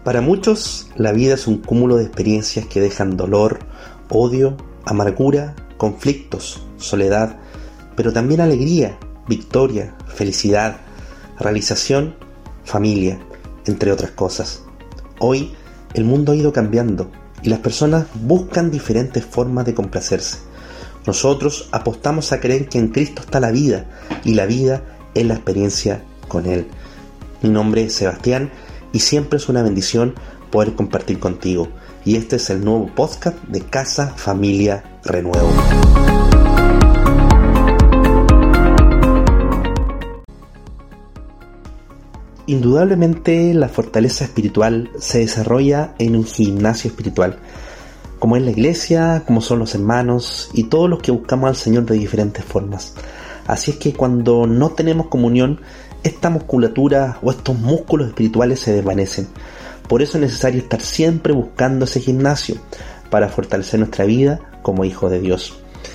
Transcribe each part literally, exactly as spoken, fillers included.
Para muchos, la vida es un cúmulo de experiencias que dejan dolor, odio, amargura, conflictos, soledad, pero también alegría, victoria, felicidad, realización, familia, entre otras cosas. Hoy, el mundo ha ido cambiando y las personas buscan diferentes formas de complacerse. Nosotros apostamos a creer que en Cristo está la vida y la vida es la experiencia con Él. Mi nombre es Sebastián y siempre es una bendición poder compartir contigo. Y este es el nuevo podcast de Casa Familia Renuevo. Indudablemente la fortaleza espiritual se desarrolla en un gimnasio espiritual, como es la iglesia, como son los hermanos y todos los que buscamos al Señor de diferentes formas. Así es que cuando no tenemos comunión, esta musculatura o estos músculos espirituales se desvanecen. Por eso es necesario estar siempre buscando ese gimnasio para fortalecer nuestra vida como hijos de Dios.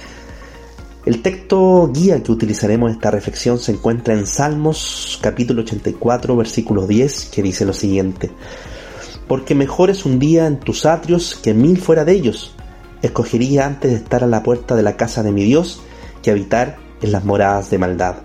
El texto guía que utilizaremos en esta reflexión se encuentra en Salmos capítulo ochenta y cuatro versículo diez, que dice lo siguiente: porque mejor es un día en tus atrios que mil fuera de ellos. Escogería antes de estar a la puerta de la casa de mi Dios que habitar en las moradas de maldad.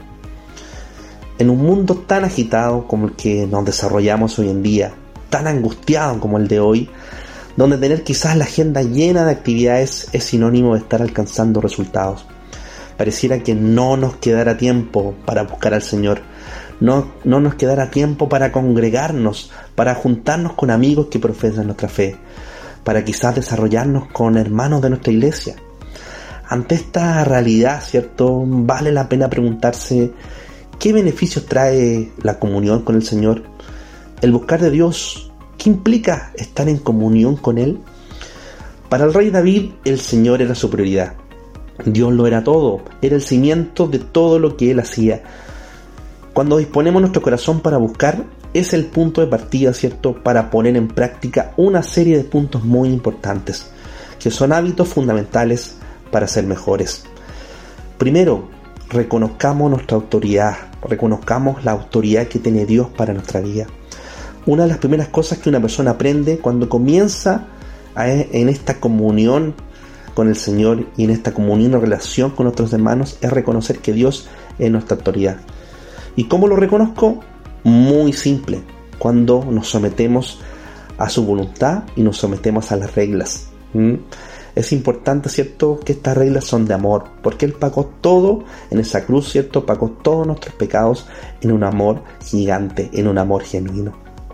En un mundo tan agitado como el que nos desarrollamos hoy en día, tan angustiado como el de hoy, donde tener quizás la agenda llena de actividades es sinónimo de estar alcanzando resultados, pareciera que no nos quedara tiempo para buscar al Señor, no, no nos quedara tiempo para congregarnos, para juntarnos con amigos que profesan nuestra fe, para quizás desarrollarnos con hermanos de nuestra iglesia. Ante esta realidad, ¿cierto?, vale la pena preguntarse ¿qué beneficios trae la comunión con el Señor? El buscar de Dios, ¿qué implica estar en comunión con Él? Para el rey David, el Señor era su prioridad. Dios lo era todo, era el cimiento de todo lo que Él hacía. Cuando disponemos nuestro corazón para buscar, es el punto de partida, ¿cierto?, para poner en práctica una serie de puntos muy importantes, que son hábitos fundamentales para ser mejores. Primero, reconozcamos nuestra autoridad, reconozcamos la autoridad que tiene Dios para nuestra vida. Una de las primeras cosas que una persona aprende cuando comienza a, en esta comunión con el Señor y en esta comunión o relación con nuestros hermanos es reconocer que Dios es nuestra autoridad. ¿Y cómo lo reconozco? Muy simple, cuando nos sometemos a su voluntad y nos sometemos a las reglas. ¿Mm? Es importante, ¿cierto?, que estas reglas son de amor, porque Él pagó todo en esa cruz, ¿cierto? Pagó todos nuestros pecados en un amor gigante, en un amor genuino.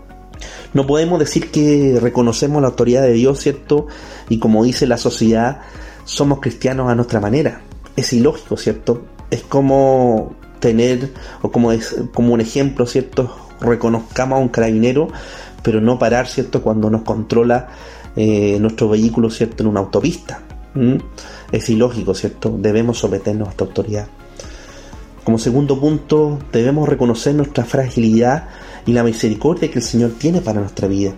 No podemos decir que reconocemos la autoridad de Dios, ¿cierto?, y como dice la sociedad, somos cristianos a nuestra manera. Es ilógico, ¿cierto? Es como tener, o como, es, como un ejemplo, ¿cierto?, reconozcamos a un carabinero, pero no parar, ¿cierto?, cuando nos controla Eh, nuestro vehículo, ¿cierto?, en una autopista. ¿Mm? Es ilógico, ¿cierto? Debemos someternos a esta autoridad. Como segundo punto, debemos reconocer nuestra fragilidad y la misericordia que el Señor tiene para nuestra vida.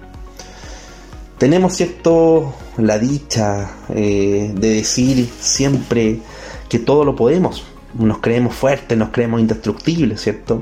Tenemos, ¿cierto?, la dicha eh, de decir siempre que todo lo podemos. Nos creemos fuertes, nos creemos indestructibles, ¿cierto?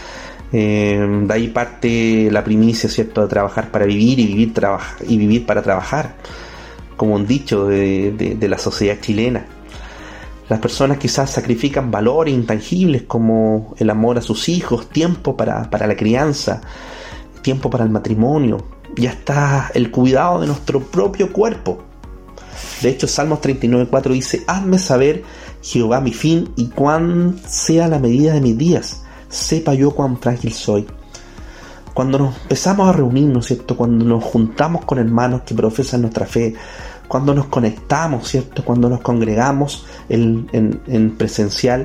Eh, de ahí parte la primicia, ¿cierto?, de trabajar para vivir y vivir, traba- y vivir para trabajar, como un dicho de, de, de la sociedad chilena. Las personas quizás sacrifican valores intangibles como el amor a sus hijos, tiempo para, para la crianza, tiempo para el matrimonio y hasta el cuidado de nuestro propio cuerpo. De hecho, Salmos treinta y nueve cuatro dice: hazme saber, Jehová, mi fin y cuán sea la medida de mis días. Sepa yo cuán frágil soy. Cuando nos empezamos a reunirnos, ¿cierto?, cuando nos juntamos con hermanos que profesan nuestra fe, cuando nos conectamos, ¿cierto?, cuando nos congregamos en, en, en presencial,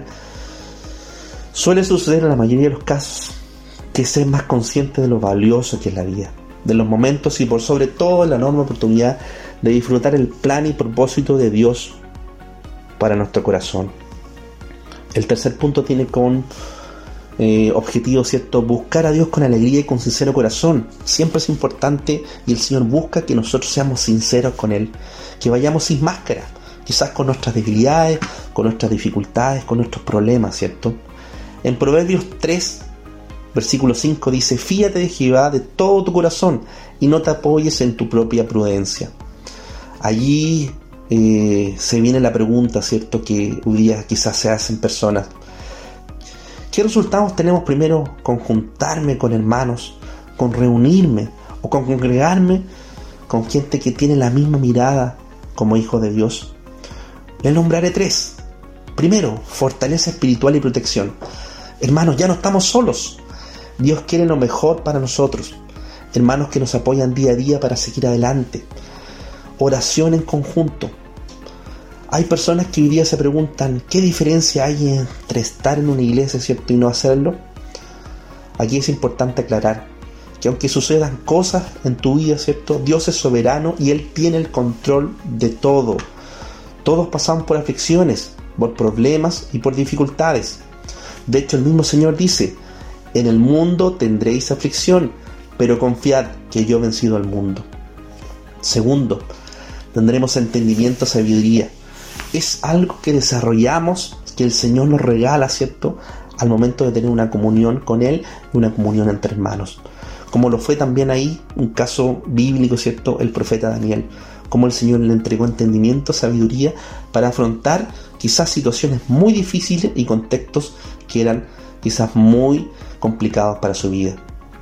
suele suceder en la mayoría de los casos que ser más consciente de lo valioso que es la vida, de los momentos y por sobre todo la enorme oportunidad de disfrutar el plan y propósito de Dios para nuestro corazón. El tercer punto tiene con Eh, objetivo, ¿cierto?, buscar a Dios con alegría y con sincero corazón. Siempre es importante y el Señor busca que nosotros seamos sinceros con Él, que vayamos sin máscara, quizás con nuestras debilidades, con nuestras dificultades, con nuestros problemas, ¿cierto? En Proverbios tres Versículo cinco dice: fíate de Jehová de todo tu corazón y no te apoyes en tu propia prudencia. Allí eh, se viene la pregunta, ¿cierto?, que hoy día quizás se hacen personas. ¿Qué resultados tenemos primero con juntarme con hermanos, con reunirme o con congregarme con gente que tiene la misma mirada como hijos de Dios? Les nombraré tres. Primero, fortaleza espiritual y protección. Hermanos, ya no estamos solos. Dios quiere lo mejor para nosotros. Hermanos que nos apoyan día a día para seguir adelante. Oración en conjunto. Hay personas que hoy día se preguntan: ¿qué diferencia hay entre estar en una iglesia, ¿cierto?, y no hacerlo? Aquí es importante aclarar que aunque sucedan cosas en tu vida, ¿cierto?, Dios es soberano y Él tiene el control de todo. Todos pasamos por aflicciones, por problemas y por dificultades. De hecho, el mismo Señor dice: en el mundo tendréis aflicción, pero confiad que yo he vencido al mundo. Segundo, tendremos entendimiento, sabiduría. Es algo que desarrollamos, que el Señor nos regala, ¿cierto?, al momento de tener una comunión con Él y una comunión entre hermanos. Como lo fue también ahí, un caso bíblico, ¿cierto?, el profeta Daniel. Como el Señor le entregó entendimiento, sabiduría para afrontar quizás situaciones muy difíciles y contextos que eran quizás muy complicados para su vida.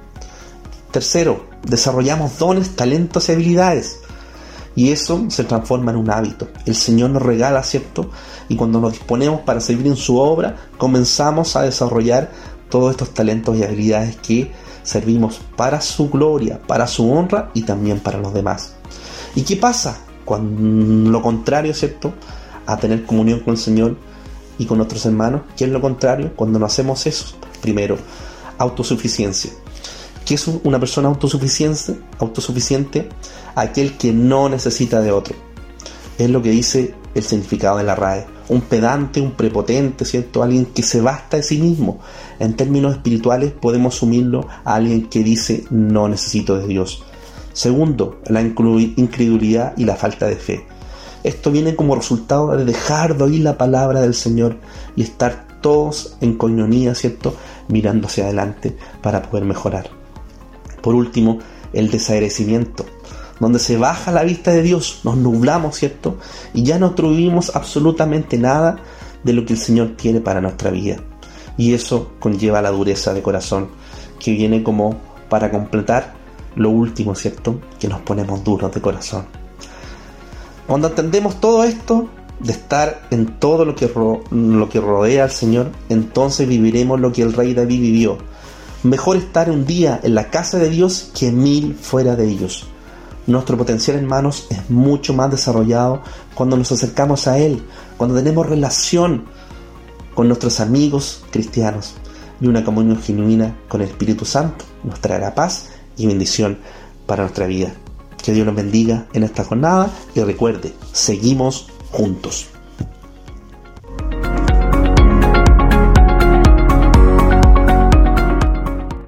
Tercero, desarrollamos dones, talentos y habilidades. Y eso se transforma en un hábito. El Señor nos regala, ¿cierto? Y cuando nos disponemos para servir en su obra, comenzamos a desarrollar todos estos talentos y habilidades que servimos para su gloria, para su honra y también para los demás. ¿Y qué pasa? Cuando lo contrario, ¿cierto?, a tener comunión con el Señor y con otros hermanos. ¿Qué es lo contrario? Cuando no hacemos eso. Primero, autosuficiencia. ¿Qué es una persona autosuficiente? Autosuficiente, aquel que no necesita de otro. Es lo que dice el significado de la R A E. Un pedante, un prepotente, ¿cierto?, alguien que se basta de sí mismo. En términos espirituales podemos sumirlo a alguien que dice: no necesito de Dios. Segundo, la incredulidad y la falta de fe. Esto viene como resultado de dejar de oír la palabra del Señor y estar todos en coinonía, ¿cierto?, mirando hacia adelante para poder mejorar. Por último, el desagradecimiento, donde se baja la vista de Dios, nos nublamos, ¿cierto?, y ya no atribuimos absolutamente nada de lo que el Señor tiene para nuestra vida. Y eso conlleva la dureza de corazón, que viene como para completar lo último, ¿cierto?, que nos ponemos duros de corazón. Cuando entendemos todo esto, de estar en todo lo que, ro- lo que rodea al Señor, entonces viviremos lo que el rey David vivió. Mejor estar un día en la casa de Dios que mil fuera de ellos. Nuestro potencial, hermanos, es mucho más desarrollado cuando nos acercamos a Él, cuando tenemos relación con nuestros amigos cristianos, y una comunión genuina con el Espíritu Santo nos traerá paz y bendición para nuestra vida. Que Dios nos bendiga en esta jornada y recuerde, seguimos juntos.